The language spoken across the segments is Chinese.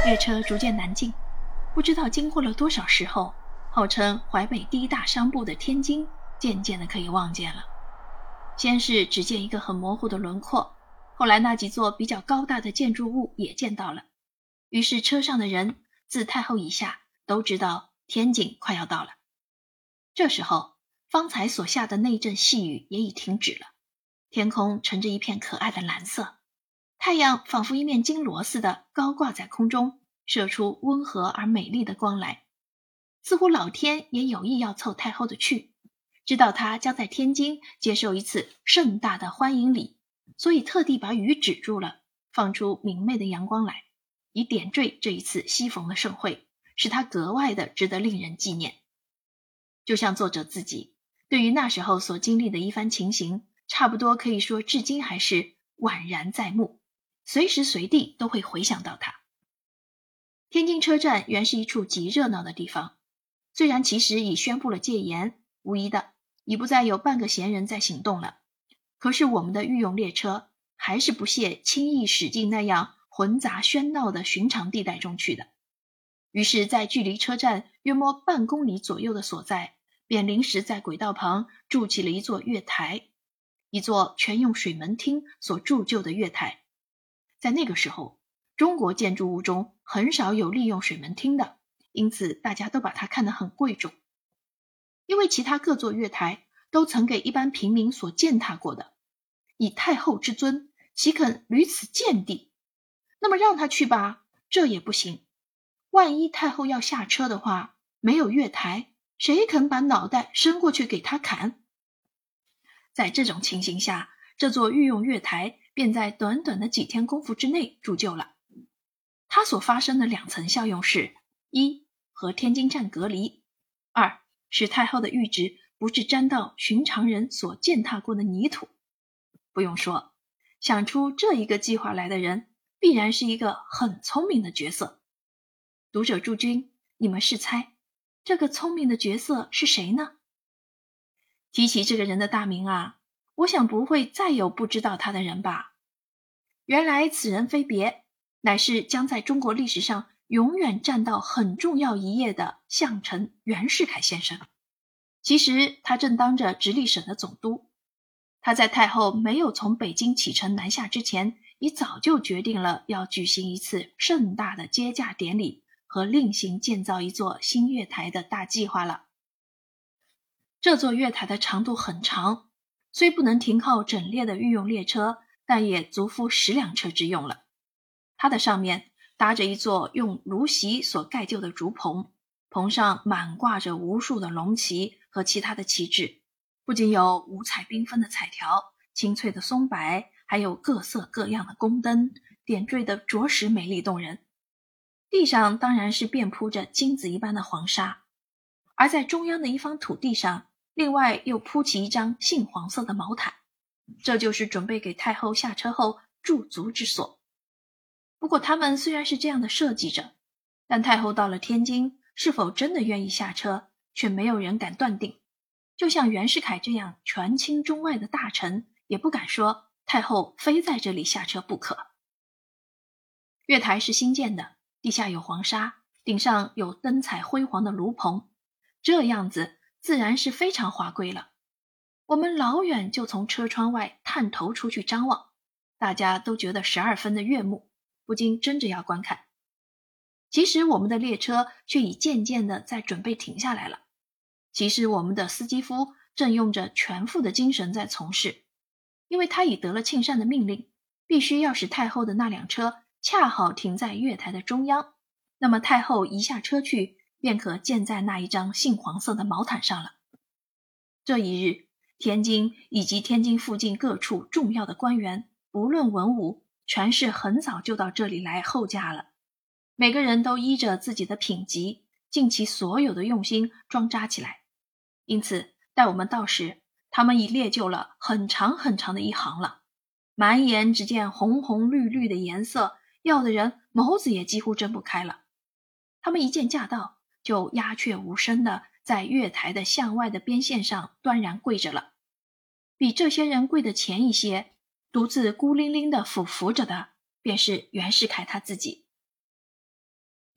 列车逐渐南进，不知道经过了多少时后，号称淮北第一大商埠的天津渐渐的可以望见了。先是只见一个很模糊的轮廓，后来那几座比较高大的建筑物也见到了。于是车上的人自太后以下都知道天津快要到了。这时候方才所下的那阵细雨也已停止了，天空呈着一片可爱的蓝色，太阳仿佛一面金锣似的高挂在空中，射出温和而美丽的光来。似乎老天也有意要凑太后的去，知道她将在天津接受一次盛大的欢迎礼，所以特地把雨止住了，放出明媚的阳光来，以点缀这一次西逢的盛会，使它格外的值得令人纪念。就像作者自己对于那时候所经历的一番情形，差不多可以说至今还是宛然在目，随时随地都会回想到它。天津车站原是一处极热闹的地方，虽然其实已宣布了戒严，无疑的已不再有半个闲人在行动了，可是我们的御用列车还是不屑轻易驶进那样混杂喧闹的寻常地带中去的。于是在距离车站约摸半公里左右的所在，便临时在轨道旁筑起了一座月台，一座全用水门厅所铸就的月台。在那个时候，中国建筑物中很少有利用水门厅的，因此大家都把它看得很贵重。因为其他各座月台都曾给一般平民所践踏过的，以太后之尊，岂肯屡此见地？那么让他去吧，这也不行。万一太后要下车的话，没有月台，谁肯把脑袋伸过去给他砍？在这种情形下，这座御用月台便在短短的几天功夫之内铸就了。它所发生的两层效用是：一，和天津站隔离；二，使太后的御旨不致沾到寻常人所践踏过的泥土。不用说，想出这一个计划来的人，必然是一个很聪明的角色。读者诸君，你们试猜，这个聪明的角色是谁呢？提起这个人的大名啊，我想不会再有不知道他的人吧。原来此人非别，乃是将在中国历史上永远占到很重要一页的相臣袁世凯先生。其实他正当着直隶省的总督，他在太后没有从北京启程南下之前，已早就决定了要举行一次盛大的接驾典礼和另行建造一座新月台的大计划了。这座月台的长度很长，虽不能停靠整列的御用列车，但也足敷10辆车之用了。它的上面搭着一座用芦席所盖就的竹棚，棚上满挂着无数的龙旗和其他的旗帜，不仅有五彩缤纷的彩条、青翠的松柏，还有各色各样的宫灯，点缀得着实美丽动人。地上当然是遍铺着金子一般的黄沙，而在中央的一方土地上，另外又铺起一张杏黄色的毛毯，这就是准备给太后下车后驻足之所。不过他们虽然是这样的设计着，但太后到了天津，是否真的愿意下车，却没有人敢断定。就像袁世凯这样权倾中外的大臣，也不敢说太后非在这里下车不可。月台是新建的，地下有黄沙，顶上有灯彩辉煌的炉棚，这样子自然是非常华贵了。我们老远就从车窗外探头出去张望，大家都觉得12分的悦目，不禁争着要观看。其实我们的列车却已渐渐的在准备停下来了。其实我们的司机夫正用着全副的精神在从事，因为他已得了庆善的命令，必须要使太后的那辆车恰好停在月台的中央，那么太后一下车去，便可建在那一张杏黄色的毛毯上了。这一日，天津以及天津附近各处重要的官员，不论文武，全是很早就到这里来候驾了。每个人都依着自己的品级，尽其所有的用心装扎起来。因此待我们到时，他们已列就了很长很长的一行了，满眼只见红红绿绿的颜色，要的人眸子也几乎睁不开了。他们一见驾到，就鸦雀无声的在月台的向外的边线上端然跪着了。比这些人跪的前一些，独自孤零零的俯伏着的，便是袁世凯他自己。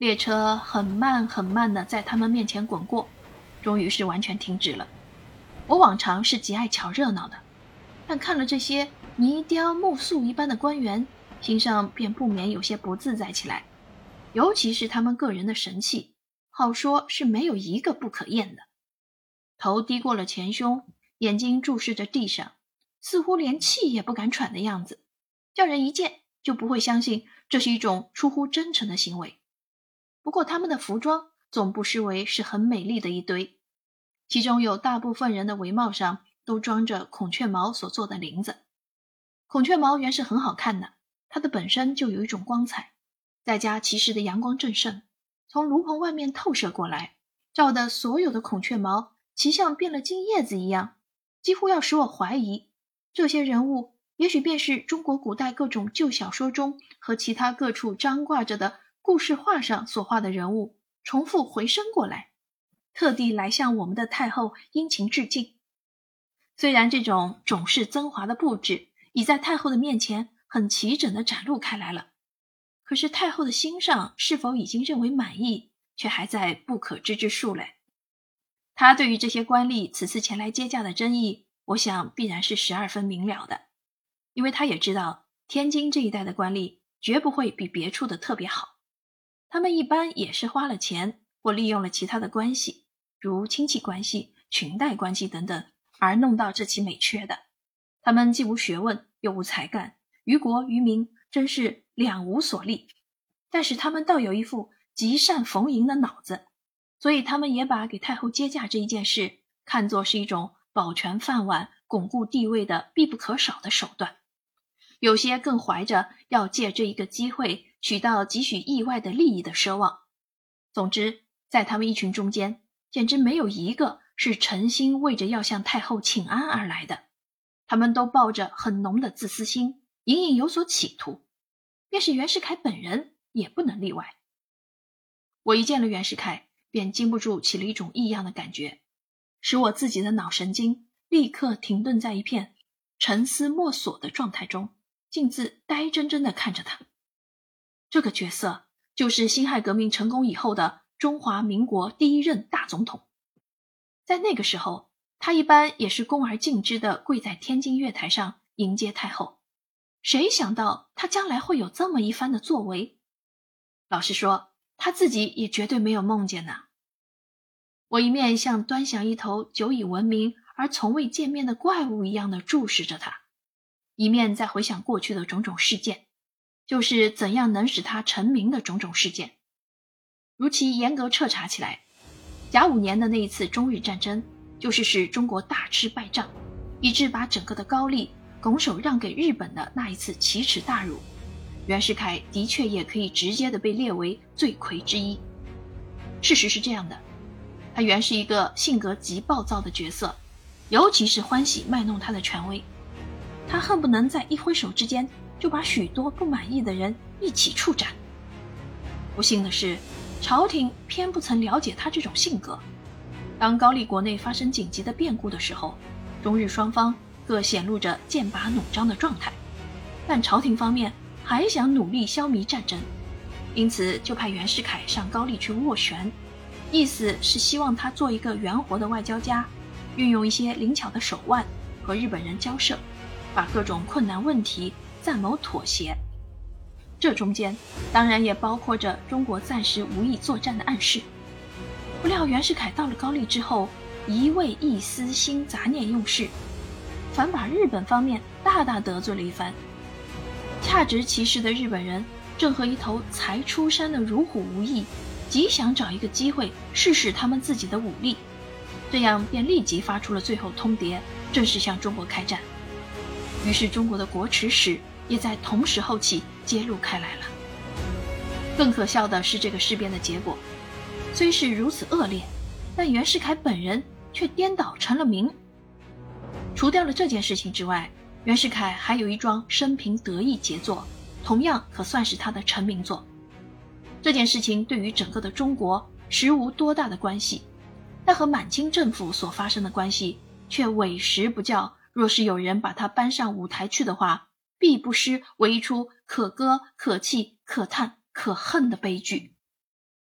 列车很慢很慢地在他们面前滚过，终于是完全停止了。我往常是极爱瞧热闹的，但看了这些泥雕木塑一般的官员，心上便不免有些不自在起来，尤其是他们个人的神气，好说是没有一个不可验的。头低过了前胸，眼睛注视着地上，似乎连气也不敢喘的样子，叫人一见就不会相信这是一种出乎真诚的行为。不过他们的服装总不失为是很美丽的一堆，其中有大部分人的帷帽上都装着孔雀毛所做的翎子。孔雀毛原是很好看的，它的本身就有一种光彩，再加其时的阳光正盛，从炉棚外面透射过来，照得所有的孔雀毛其像变了金叶子一样，几乎要使我怀疑，这些人物也许便是中国古代各种旧小说中和其他各处张挂着的故事画上所画的人物重复回升过来，特地来向我们的太后殷勤致敬。虽然这种种式增华的布置已在太后的面前很齐整地展露开来了，可是太后的心上是否已经认为满意，却还在不可知之数嘞。他对于这些官吏此次前来接驾的真意，我想必然是12分明了的，因为他也知道天津这一带的官吏绝不会比别处的特别好，他们一般也是花了钱或利用了其他的关系，如亲戚关系、裙带关系等等，而弄到这起美缺的。他们既无学问又无才干，于国于民真是两无所利，但是他们倒有一副极善逢迎的脑子，所以他们也把给太后接驾这一件事看作是一种保全饭碗、巩固地位的必不可少的手段。有些更怀着要借这一个机会取到几许意外的利益的奢望。总之，在他们一群中间，简直没有一个是诚心为着要向太后请安而来的，他们都抱着很浓的自私心，隐隐有所企图，便是袁世凯本人也不能例外。我一见了袁世凯，便禁不住起了一种异样的感觉，使我自己的脑神经立刻停顿在一片沉思默索的状态中，径自呆怔怔地看着他。这个角色就是辛亥革命成功以后的中华民国第一任大总统。在那个时候，他一般也是恭而敬之地跪在天津月台上迎接太后，谁想到他将来会有这么一番的作为？老实说，他自己也绝对没有梦见呢。我一面像端详一头久已闻名而从未见面的怪物一样地注视着他，一面在回想过去的种种事件，就是怎样能使他成名的种种事件。如其严格彻查起来，甲午年的那一次中日战争，就是使中国大吃败仗，以致把整个的高丽拱手让给日本的那一次奇耻大辱，袁世凯的确也可以直接的被列为罪魁之一。事实是这样的，他原是一个性格极暴躁的角色，尤其是欢喜卖弄他的权威，他恨不能在一挥手之间就把许多不满意的人一起处斩。不幸的是，朝廷偏不曾了解他这种性格。当高丽国内发生紧急的变故的时候，中日双方各显露着剑拔弩张的状态，但朝廷方面还想努力消弭战争，因此就派袁世凯上高丽去斡旋，意思是希望他做一个圆活的外交家，运用一些灵巧的手腕和日本人交涉，把各种困难问题暂谋妥协。这中间当然也包括着中国暂时无意作战的暗示。不料袁世凯到了高丽之后，一味一私心杂念用事，反把日本方面大大得罪了一番。恰值其时的日本人正和一头才出山的如虎无异，极想找一个机会试试他们自己的武力，这样便立即发出了最后通牒，正式向中国开战。于是中国的国耻史也在同时候起揭露开来了。更可笑的是这个事变的结果，虽是如此恶劣，但袁世凯本人却颠倒成了名。除掉了这件事情之外，袁世凯还有一桩生平得意杰作，同样可算是他的成名作。这件事情对于整个的中国实无多大的关系，但和满清政府所发生的关系却委实不叫，若是有人把它搬上舞台去的话，必不失为一出可歌可泣可叹可恨的悲剧。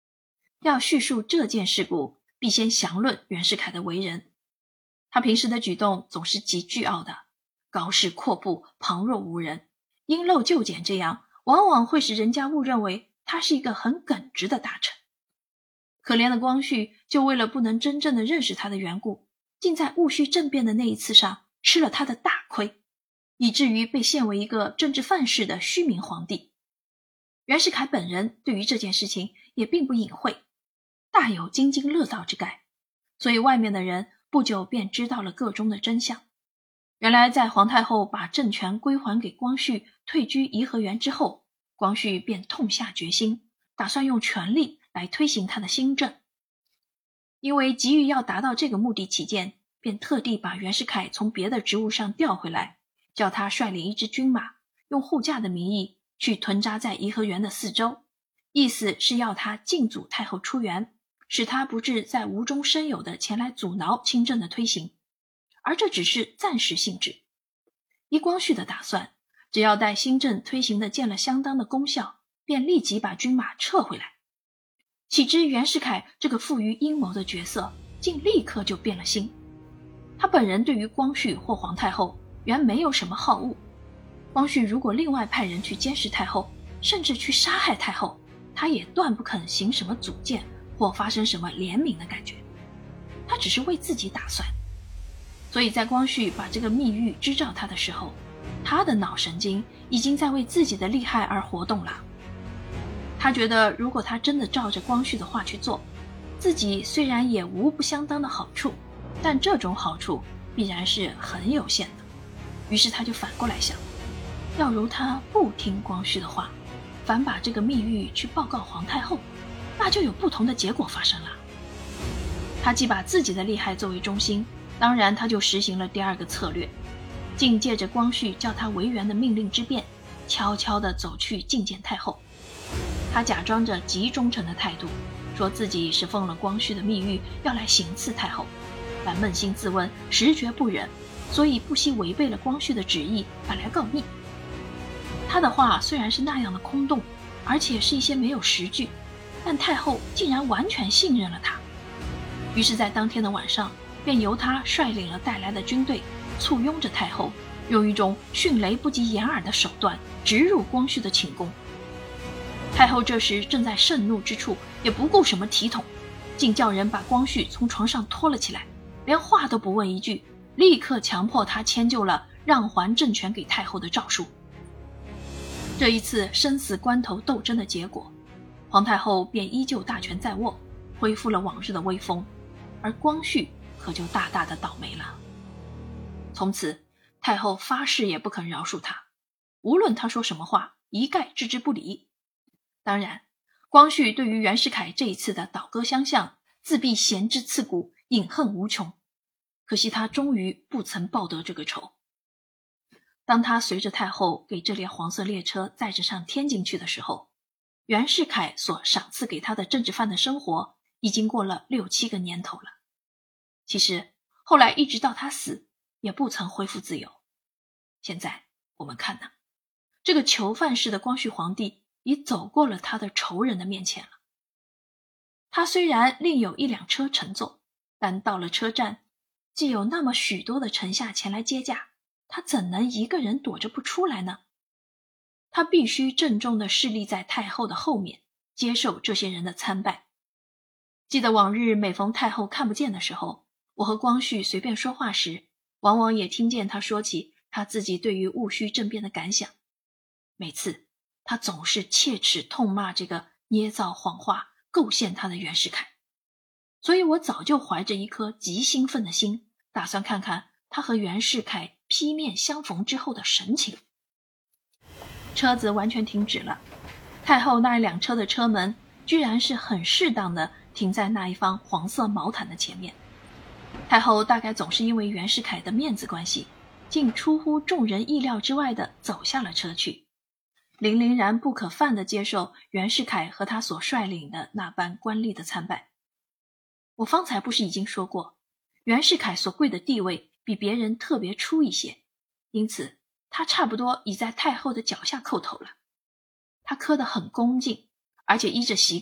要叙述这件事故，必先详论袁世凯的为人。他平时的举动总是极倨傲的，高视阔步，旁若无人，因陋就简，这样往往会使人家误认为他是一个很耿直的大臣。可怜的光绪就为了不能真正的认识他的缘故，竟在戊戌政变的那一次上吃了他的大亏，以至于被陷为一个政治犯事的虚名皇帝。袁世凯本人对于这件事情也并不隐晦，大有津津乐道之概，所以外面的人不久便知道了个中的真相。原来在皇太后把政权归还给光绪，退居颐和园之后，光绪便痛下决心，打算用权力来推行他的新政。因为急于要达到这个目的起见，便特地把袁世凯从别的职务上调回来，叫他率领一支军马，用护驾的名义去屯扎在颐和园的四周，意思是要他禁阻太后出园，使他不致在无中生有的前来阻挠亲政的推行。而这只是暂时性质。依光绪的打算，只要待新政推行的见了相当的功效，便立即把军马撤回来。岂知袁世凯这个富于阴谋的角色，竟立刻就变了心。他本人对于光绪或皇太后原没有什么好恶，光绪如果另外派人去监视太后，甚至去杀害太后，他也断不肯行什么组建或发生什么怜悯的感觉，他只是为自己打算。所以在光绪把这个密谕支召他的时候，他的脑神经已经在为自己的利害而活动了。他觉得如果他真的照着光绪的话去做，自己虽然也无不相当的好处，但这种好处必然是很有限的。于是他就反过来想，要如他不听光绪的话，反把这个密谕去报告皇太后，那就有不同的结果发生了。他既把自己的利害作为中心，当然他就实行了第二个策略，竟借着光绪叫他为援的命令之便，悄悄地走去觐见太后。他假装着极忠诚的态度，说自己是奉了光绪的密谕要来行刺太后，但扪心自问，实觉不忍，所以不惜违背了光绪的旨意而来告密。他的话虽然是那样的空洞，而且是一些没有实据，但太后竟然完全信任了他。于是在当天的晚上，便由他率领了带来的军队，簇拥着太后，用一种迅雷不及掩耳的手段直入光绪的寝宫。太后这时正在盛怒之处，也不顾什么体统，竟叫人把光绪从床上拖了起来，连话都不问一句，立刻强迫他迁就了让还政权给太后的诏书。这一次生死关头斗争的结果，皇太后便依旧大权在握，恢复了往日的威风，而光绪可就大大的倒霉了。从此太后发誓也不肯饶恕他，无论他说什么话，一概置之不理。当然，光绪对于袁世凯这一次的倒戈相向，自必嫌之刺骨，隐恨无穷。可惜他终于不曾报得这个仇。当他随着太后给这列黄色列车载着上天津去的时候，袁世凯所赏赐给他的政治犯的生活已经过了6、7个年头了。其实后来一直到他死，也不曾恢复自由。现在我们看呢，这个囚犯式的光绪皇帝已走过了他的仇人的面前了。他虽然另有1辆车乘坐，但到了车站，既有那么许多的臣下前来接驾，他怎能一个人躲着不出来呢？他必须郑重地侍立在太后的后面，接受这些人的参拜。记得往日每逢太后看不见的时候，我和光绪随便说话时，往往也听见他说起他自己对于戊戌政变的感想。每次他总是切齿痛骂这个捏造谎话构陷他的袁世凯，所以我早就怀着一颗极兴奋的心，打算看看他和袁世凯劈面相逢之后的神情。车子完全停止了，太后那一辆车的车门居然是很适当的停在那一方黄色毛毯的前面。太后大概总是因为袁世凯的面子关系，竟出乎众人意料之外的走下了车去，凛凛然不可犯地接受袁世凯和他所率领的那般官吏的参拜。我方才不是已经说过，袁世凯所贵的地位比别人特别出一些，因此他差不多已在太后的脚下叩头了。他磕得很恭敬，而且依着习惯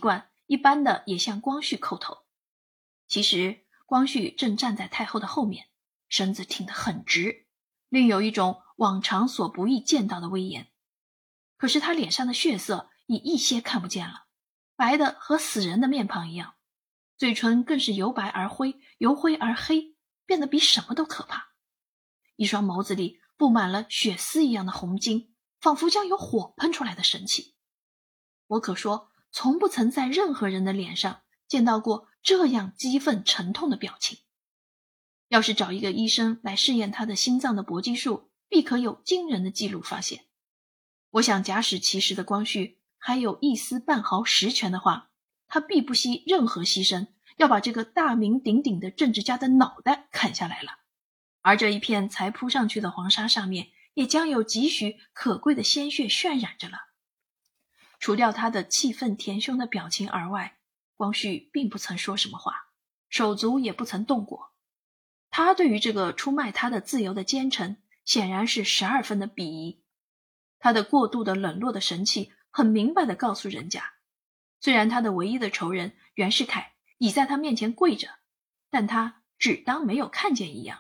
一般的也向光绪叩头。其实光绪正站在太后的后面，身子挺得很直，另有一种往常所不易见到的威严。可是他脸上的血色已一些看不见了，白的和死人的面庞一样，嘴唇更是由白而灰，由灰而黑，变得比什么都可怕。一双眸子里布满了血丝一样的红晶，仿佛将有火喷出来的神气。我可说从不曾在任何人的脸上见到过这样激愤沉痛的表情。要是找一个医生来试验他的心脏的搏击数，必可有惊人的记录发现。我想假使其时的光绪还有一丝半毫实权的话，他必不惜任何牺牲，要把这个大名鼎鼎的政治家的脑袋砍下来了。而这一片才铺上去的黄沙上面，也将有几许可贵的鲜血渲染着了。除掉他的气愤填胸的表情而外，光绪并不曾说什么话，手足也不曾动过。他对于这个出卖他的自由的奸臣，显然是12分的鄙夷。他的过度的冷落的神气很明白地告诉人家，虽然他的唯一的仇人袁世凯已在他面前跪着，但他只当没有看见一样。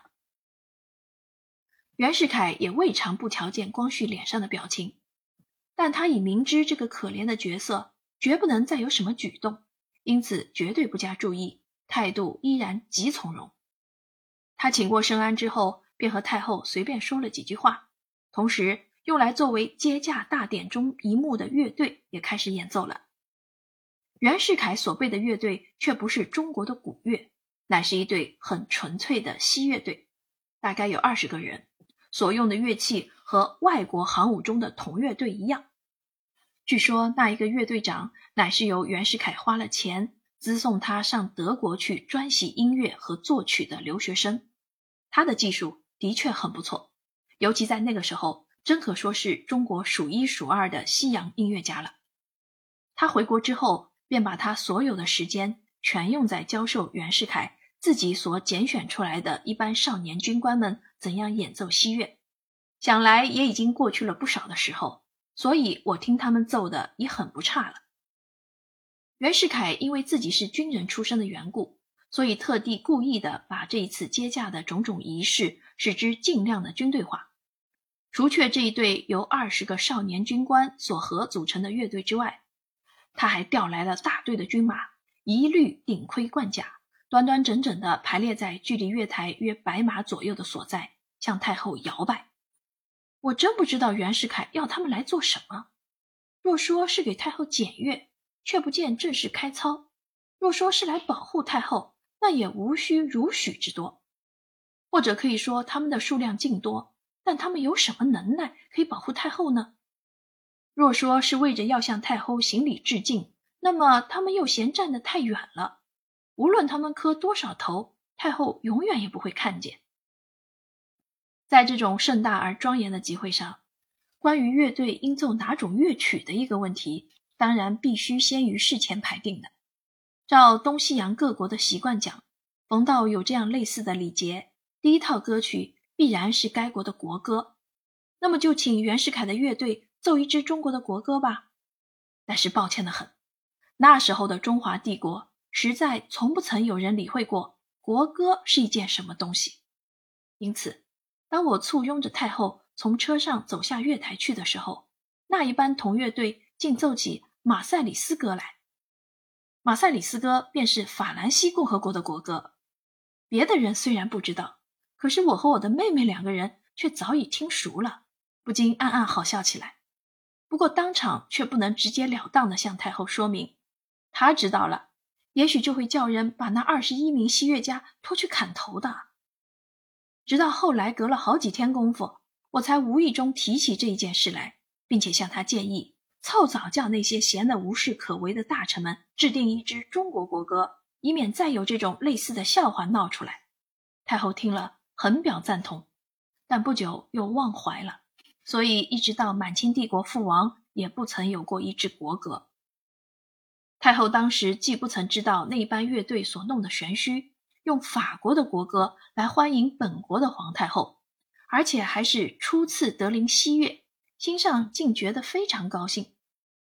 袁世凯也未尝不瞧见光绪脸上的表情，但他已明知这个可怜的角色绝不能再有什么举动，因此绝对不加注意，态度依然极从容。他请过圣安之后，便和太后随便说了几句话，同时用来作为接驾大典中一幕的乐队也开始演奏了。袁世凯所备的乐队却不是中国的古乐，乃是一队很纯粹的西乐队，大概有20个人，所用的乐器和外国行伍中的铜乐队一样。据说那一个乐队长乃是由袁世凯花了钱资送他上德国去专习音乐和作曲的留学生，他的技术的确很不错，尤其在那个时候真可说是中国数1数2的西洋音乐家了。他回国之后便把他所有的时间全用在教授袁世凯自己所拣选出来的一般少年军官们怎样演奏西乐，想来也已经过去了不少的时候，所以我听他们奏的也很不差了。袁世凯因为自己是军人出身的缘故，所以特地故意的把这一次接驾的种种仪式使之尽量的军队化。除却这一队由20个少年军官所合组成的乐队之外，他还调来了大队的军马，一律顶盔贯甲，端端整整的排列在距离月台约100码左右的所在，向太后摇摆。我真不知道袁世凯要他们来做什么。若说是给太后检阅，却不见正式开操；若说是来保护太后，那也无需如许之多。或者可以说他们的数量尽多，但他们有什么能耐可以保护太后呢？若说是为着要向太后行礼致敬，那么他们又嫌站得太远了，无论他们磕多少头，太后永远也不会看见。在这种盛大而庄严的集会上，关于乐队应奏哪种乐曲的一个问题，当然必须先于事前排定的。照东西洋各国的习惯讲，逢到有这样类似的礼节，第一套歌曲必然是该国的国歌，那么就请袁世凯的乐队奏一支中国的国歌吧。但是抱歉得很，那时候的中华帝国实在从不曾有人理会过国歌是一件什么东西。因此当我簇拥着太后从车上走下月台去的时候，那一班同乐队竟奏起马赛里斯歌来。马赛里斯歌便是法兰西共和国的国歌，别的人虽然不知道，可是我和我的妹妹2个人却早已听熟了，不禁暗暗好笑起来。不过当场却不能直截了当地向太后说明，她知道了，也许就会叫人把那21名西乐家拖去砍头的。直到后来隔了好几天功夫，我才无意中提起这一件事来，并且向他建议凑早叫那些闲得无事可为的大臣们制定一支中国国歌，以免再有这种类似的笑话闹出来。太后听了很表赞同，但不久又忘怀了，所以一直到满清帝国覆亡也不曾有过一支国歌。太后当时既不曾知道那班乐队所弄的玄虚，用法国的国歌来欢迎本国的皇太后，而且还是初次得临西乐，心上竟觉得非常高兴。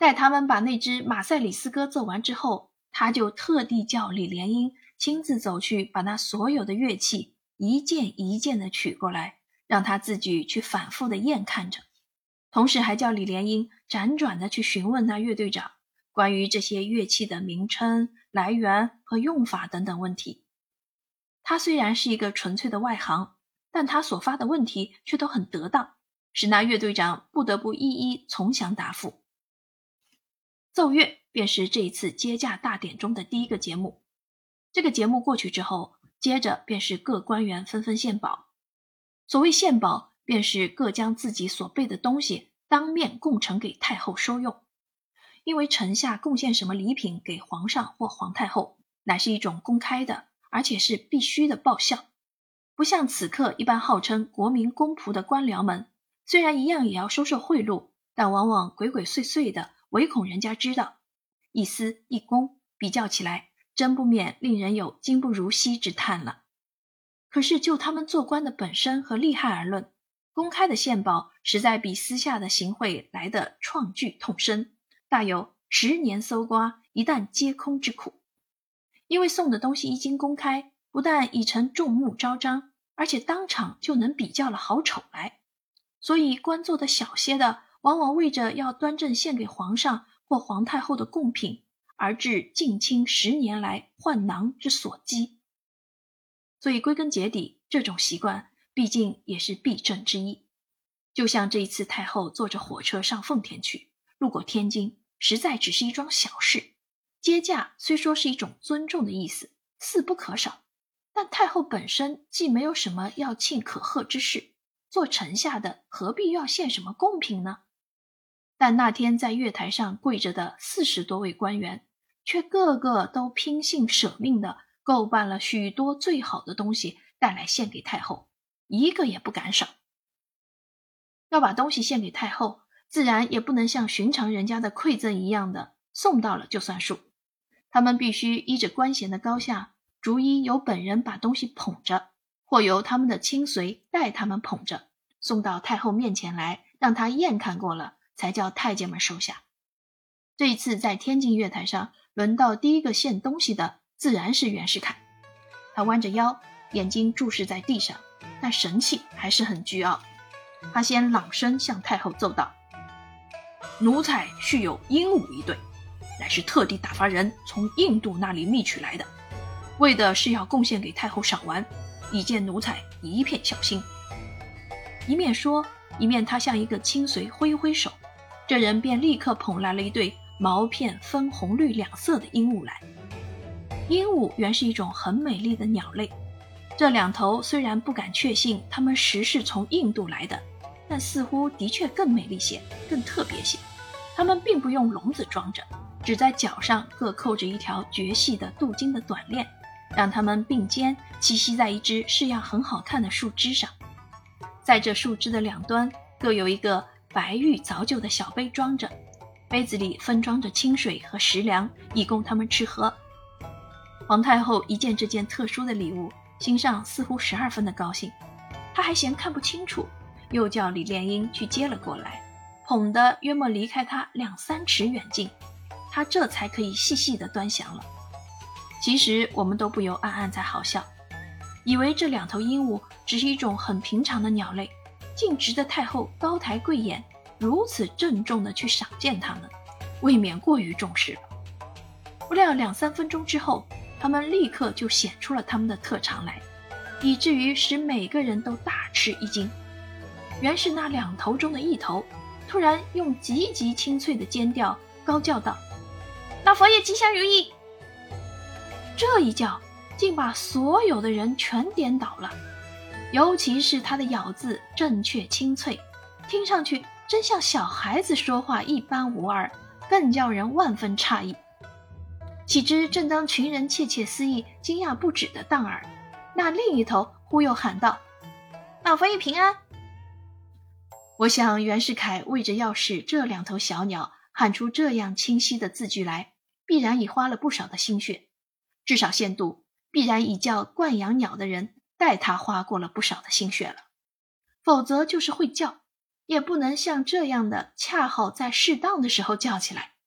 待他们把那只马赛里斯歌奏完之后，他就特地叫李莲英亲自走去，把那所有的乐器一件一件的取过来，让他自己去反复的验看着。同时还叫李莲英辗转的去询问那乐队长关于这些乐器的名称、来源和用法等等问题。他虽然是一个纯粹的外行，但他所发的问题却都很得当，使那乐队长不得不一一从详答复。奏乐便是这一次接驾大典中的第一个节目。这个节目过去之后，接着便是各官员纷纷献宝。所谓献宝，便是各将自己所备的东西当面供呈给太后收用。因为臣下贡献什么礼品给皇上或皇太后，乃是一种公开的，而且是必须的报效。不像此刻一般号称国民公仆的官僚们，虽然一样也要收受贿赂，但往往鬼鬼祟祟的，唯恐人家知道。一私一公，比较起来，真不免令人有今不如昔之叹了。可是就他们做官的本身和厉害而论，公开的献宝实在比私下的行贿来得创具痛深，大有10年搜刮一旦皆空之苦。因为送的东西一经公开，不但已成众目昭彰，而且当场就能比较了好丑来。所以官做的小些的，往往为着要端正献给皇上或皇太后的贡品，而致近亲10年来换囊之所积。所以归根结底，这种习惯毕竟也是弊政之一。就像这一次太后坐着火车上奉天去，路过天津，实在只是一桩小事。接驾虽说是一种尊重的意思，似不可少，但太后本身既没有什么要庆可贺之事，做臣下的何必要献什么贡品呢？但那天在月台上跪着的40多位官员，却个个都拼性舍命的购办了许多最好的东西带来献给太后，一个也不敢少。要把东西献给太后，自然也不能像寻常人家的馈赠一样的送到了就算数，他们必须依着官衔的高下，逐一由本人把东西捧着，或由他们的亲随带他们捧着，送到太后面前来，让她验看过了，才叫太监们收下。这一次在天津月台上，轮到第一个献东西的自然是袁世凯。他弯着腰，眼睛注视在地上，但神气还是很倨傲。他先朗声向太后奏道：奴才蓄有鹦鹉一对，乃是特地打发人从印度那里觅取来的，为的是要贡献给太后赏玩，以见奴才一片孝心。一面说，一面他向一个亲随挥挥手，这人便立刻捧来了一对毛片分红绿两色的鹦鹉来。鹦鹉原是一种很美丽的鸟类，这两头虽然不敢确信它们实是从印度来的，但似乎的确更美丽些，更特别些。它们并不用笼子装着，只在脚上各扣着一条绝细的镀金的短链，让它们并肩栖息在一只式样很好看的树枝上。在这树枝的两端各有一个白玉凿就的小杯装着，杯子里分装着清水和食粮，以供他们吃喝。皇太后一见这件特殊的礼物，心上似乎12分的高兴，她还嫌看不清楚，又叫李莲英去接了过来，捧得约莫离开她2-3尺远近，她这才可以细细的端详了。其实我们都不由暗暗在好笑，以为这两头鹦鹉只是一种很平常的鸟类，竟值得太后高抬贵眼，如此郑重的去赏见它们，未免过于重视了。不料2-3分钟之后，他们立刻就显出了他们的特长来，以至于使每个人都大吃一惊。原是那两头中的一头，突然用极其清脆的尖调高叫道：老佛爷吉祥如意！这一叫竟把所有的人全颠倒了，尤其是他的咬字正确清脆，听上去真像小孩子说话一般无二，更叫人万分诧异。岂知正当群人窃窃私议惊讶不止的当儿，那另一头忽又喊道：老佛爷平安！我想袁世凯为着要使这两头小鸟喊出这样清晰的字句来，必然已花了不少的心血，至少限度必然已叫惯养鸟的人代他花过了不少的心血了。否则就是会叫，也不能像这样的恰好在适当的时候叫起来。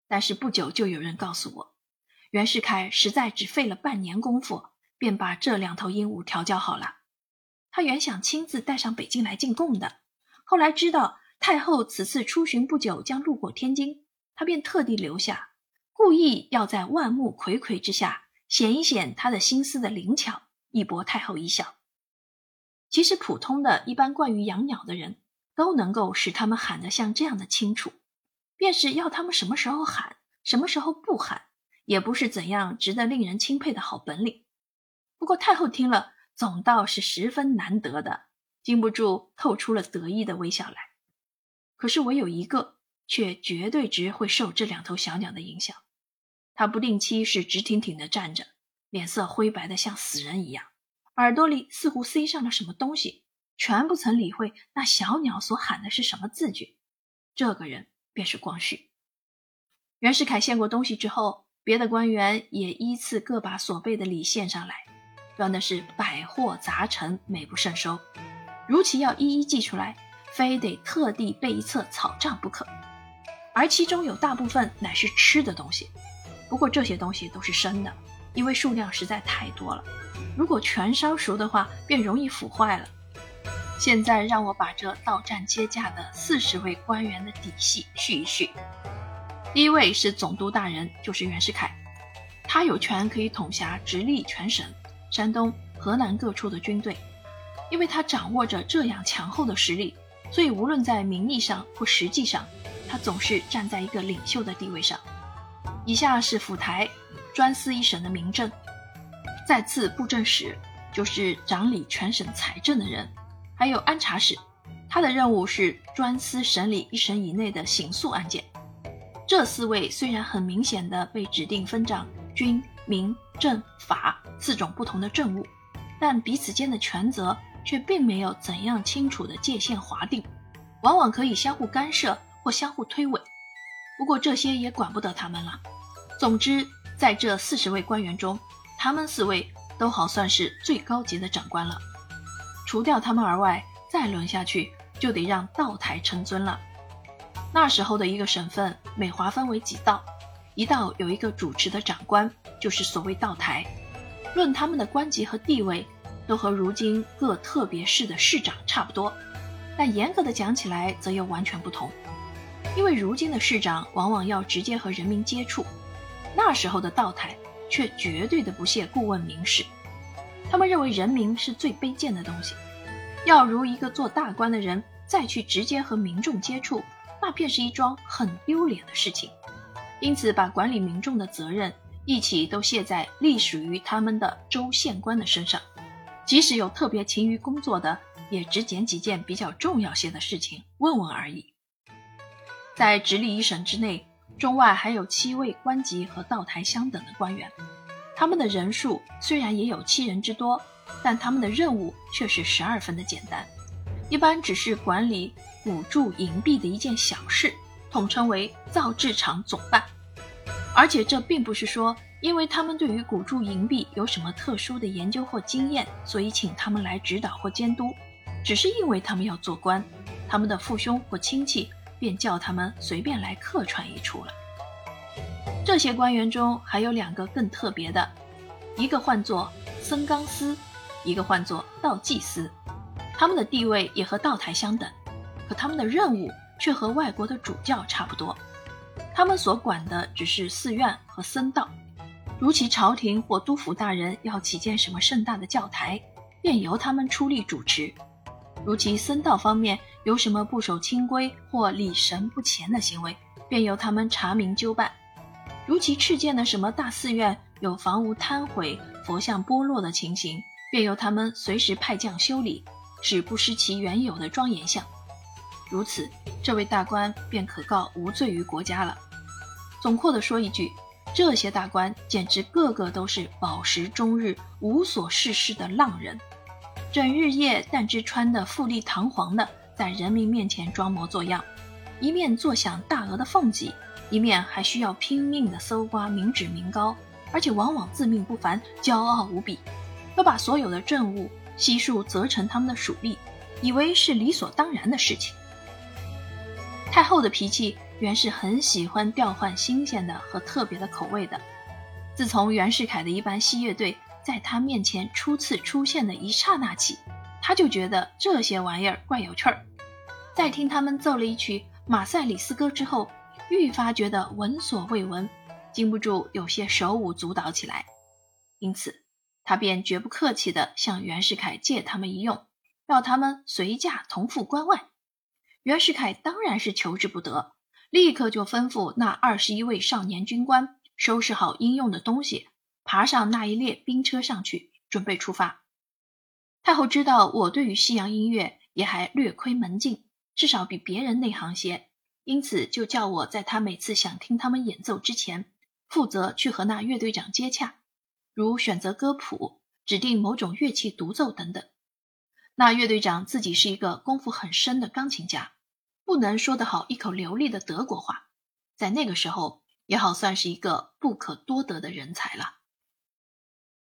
但是不久就有人告诉我，袁世凯实在只费了半年功夫，便把这2头鹦鹉调教好了。他原想亲自带上北京来进贡的，后来知道太后此次出巡不久将路过天津，他便特地留下，故意要在万目睽睽之下显一显他的心思的灵巧，以博太后一笑。其实普通的一般惯于养鸟的人都能够使他们喊得像这样的清楚，便是要他们什么时候喊，什么时候不喊，也不是怎样值得令人钦佩的好本领。不过太后听了总倒是十分难得的，禁不住透出了得意的微笑来。可是唯有一个却绝对只会受这2头小鸟的影响，他不定期是直挺挺地站着，脸色灰白的像死人一样，耳朵里似乎塞上了什么东西，全不曾理会那小鸟所喊的是什么字句。这个人便是光绪。袁世凯献过东西之后，别的官员也依次各把所备的礼献上来，端的是百货杂陈，美不胜收。如其要一一记出来，非得特地备一册草账不可。而其中有大部分乃是吃的东西，不过这些东西都是生的，因为数量实在太多了，如果全烧熟的话，便容易腐坏了。现在让我把这到站接驾的40位官员的底细叙一叙。第一位是总督大人，就是袁世凯，他有权可以统辖直隶全省、山东、河南各处的军队。因为他掌握着这样强厚的实力，所以无论在名义上或实际上，他总是站在一个领袖的地位上。以下是府台，专司一省的民政；再次布政使，就是掌理全省财政的人；还有安察使，他的任务是专司审理1省以内的刑诉案件。这4位虽然很明显的被指定分掌军、民、政、法4种不同的政务，但彼此间的权责却并没有怎样清楚的界限划定，往往可以相互干涉或相互推诿。不过这些也管不得他们了。总之，在这40位官员中，他们4位都好算是最高级的长官了。除掉他们而外，再轮下去就得让道台称尊了。那时候的一个省份每划分为几道，一道有一个主持的长官，就是所谓道台。论他们的官级和地位，都和如今各特别市的市长差不多，但严格的讲起来则又完全不同。因为如今的市长往往要直接和人民接触，那时候的道台却绝对的不屑顾问民事。他们认为人民是最卑贱的东西，要如一个做大官的人再去直接和民众接触，那便是一桩很丢脸的事情。因此把管理民众的责任一起都卸在隶属于他们的州县官的身上，即使有特别勤于工作的，也只捡几件比较重要些的事情问问而已。在直隶1省之内，中外还有7位官级和道台相等的官员，他们的人数虽然也有7人之多，但他们的任务却是12分的简单，一般只是管理古铸银币的一件小事，统称为造制厂总办。而且这并不是说因为他们对于古铸银币有什么特殊的研究或经验，所以请他们来指导或监督，只是因为他们要做官，他们的父兄或亲戚便叫他们随便来客串一出了。这些官员中还有2个更特别的，一个唤作僧纲司，一个唤作道济司。他们的地位也和道台相等，可他们的任务却和外国的主教差不多。他们所管的只是寺院和僧道，如其朝廷或督府大人要起建什么盛大的教台，便由他们出力主持；如其僧道方面有什么不守清规或礼神不虔的行为，便由他们查明纠办；如其敕建的什么大寺院有房屋坍毁、佛像剥落的情形，便由他们随时派将修理，使不失其原有的庄严相。如此，这位大官便可告无罪于国家了。总括地说一句，这些大官简直个个都是饱食终日、无所事事的浪人，整日夜但知穿得富丽堂皇的在人民面前装模作样，一面坐享大额的俸给，一面还需要拼命地搜刮民脂民膏，而且往往自命不凡，骄傲无比，都把所有的政务悉数责成他们的属吏，以为是理所当然的事情。太后的脾气原是很喜欢调换新鲜的和特别的口味的。自从袁世凯的一班西乐队在他面前初次出现的一刹那起，他就觉得这些玩意儿怪有趣儿。在听他们奏了一曲马赛里斯歌之后，愈发觉得闻所未闻，禁不住有些手舞足蹈起来。因此他便绝不客气地向袁世凯借他们一用，要他们随驾同赴关外。袁世凯当然是求之不得，立刻就吩咐那21位少年军官收拾好应用的东西，爬上那一列兵车上去，准备出发。太后知道我对于西洋音乐也还略窥门径，至少比别人内行些，因此就叫我在他每次想听他们演奏之前，负责去和那乐队长接洽，如选择歌谱、指定某种乐器独奏等等。那乐队长自己是一个功夫很深的钢琴家，不能说得好一口流利的德国话，在那个时候也好算是一个不可多得的人才了。